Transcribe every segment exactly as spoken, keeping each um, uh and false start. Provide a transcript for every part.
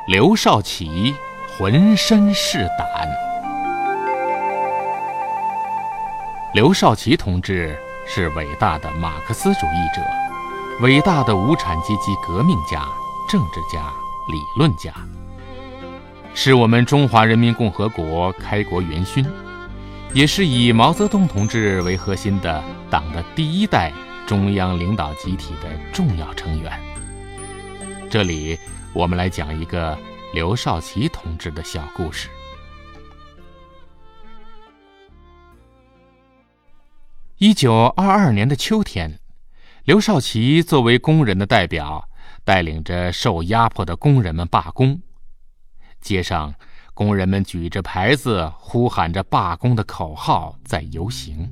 刘少奇浑身是胆。刘少奇同志是伟大的马克思主义者，伟大的无产阶级革命家、政治家、理论家，是我们中华人民共和国开国元勋，也是以毛泽东同志为核心的党的第一代中央领导集体的重要成员。这里我们来讲一个刘少奇同志的小故事。一九二二年的秋天，刘少奇作为工人的代表，带领着受压迫的工人们罢工。街上，工人们举着牌子，呼喊着罢工的口号，在游行。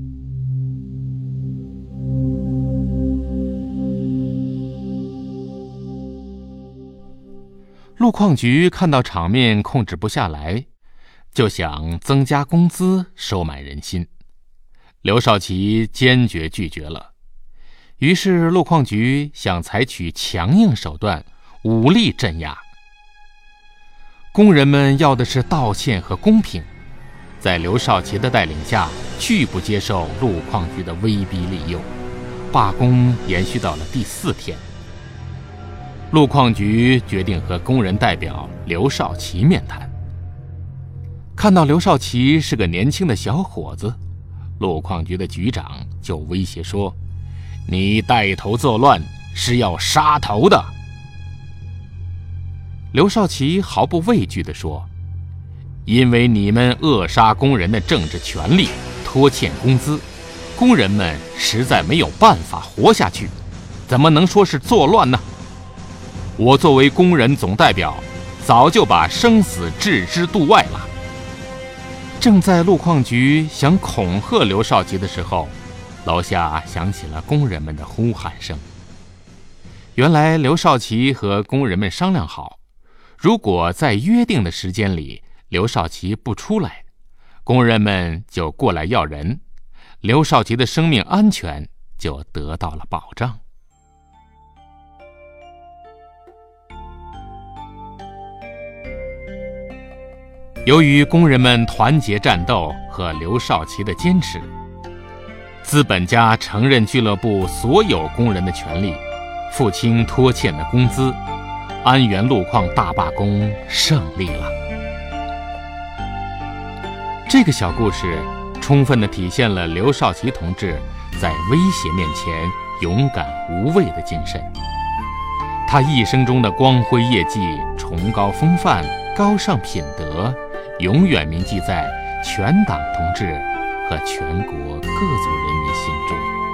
路矿局看到场面控制不下来，就想增加工资，收买人心。刘少奇坚决拒绝了。于是路矿局想采取强硬手段，武力镇压。工人们要的是道歉和公平，在刘少奇的带领下，拒不接受路矿局的威逼利诱，罢工延续到了第四天。路矿局决定和工人代表刘少奇面谈。看到刘少奇是个年轻的小伙子，路矿局的局长就威胁说：“你带头作乱，是要杀头的。”刘少奇毫不畏惧地说：“因为你们扼杀工人的政治权利，拖欠工资，工人们实在没有办法活下去，怎么能说是作乱呢？我作为工人总代表，早就把生死置之度外了。”正在路矿局想恐吓刘少奇的时候，楼下响起了工人们的呼喊声。原来刘少奇和工人们商量好，如果在约定的时间里刘少奇不出来，工人们就过来要人，刘少奇的生命安全就得到了保障。由于工人们团结战斗和刘少奇的坚持，资本家承认俱乐部所有工人的权利，付清拖欠的工资，安源路矿大罢工胜利了。这个小故事充分地体现了刘少奇同志在威胁面前勇敢无畏的精神。他一生中的光辉业绩、崇高风范、高尚品德，永远铭记在全党同志和全国各族人民心中。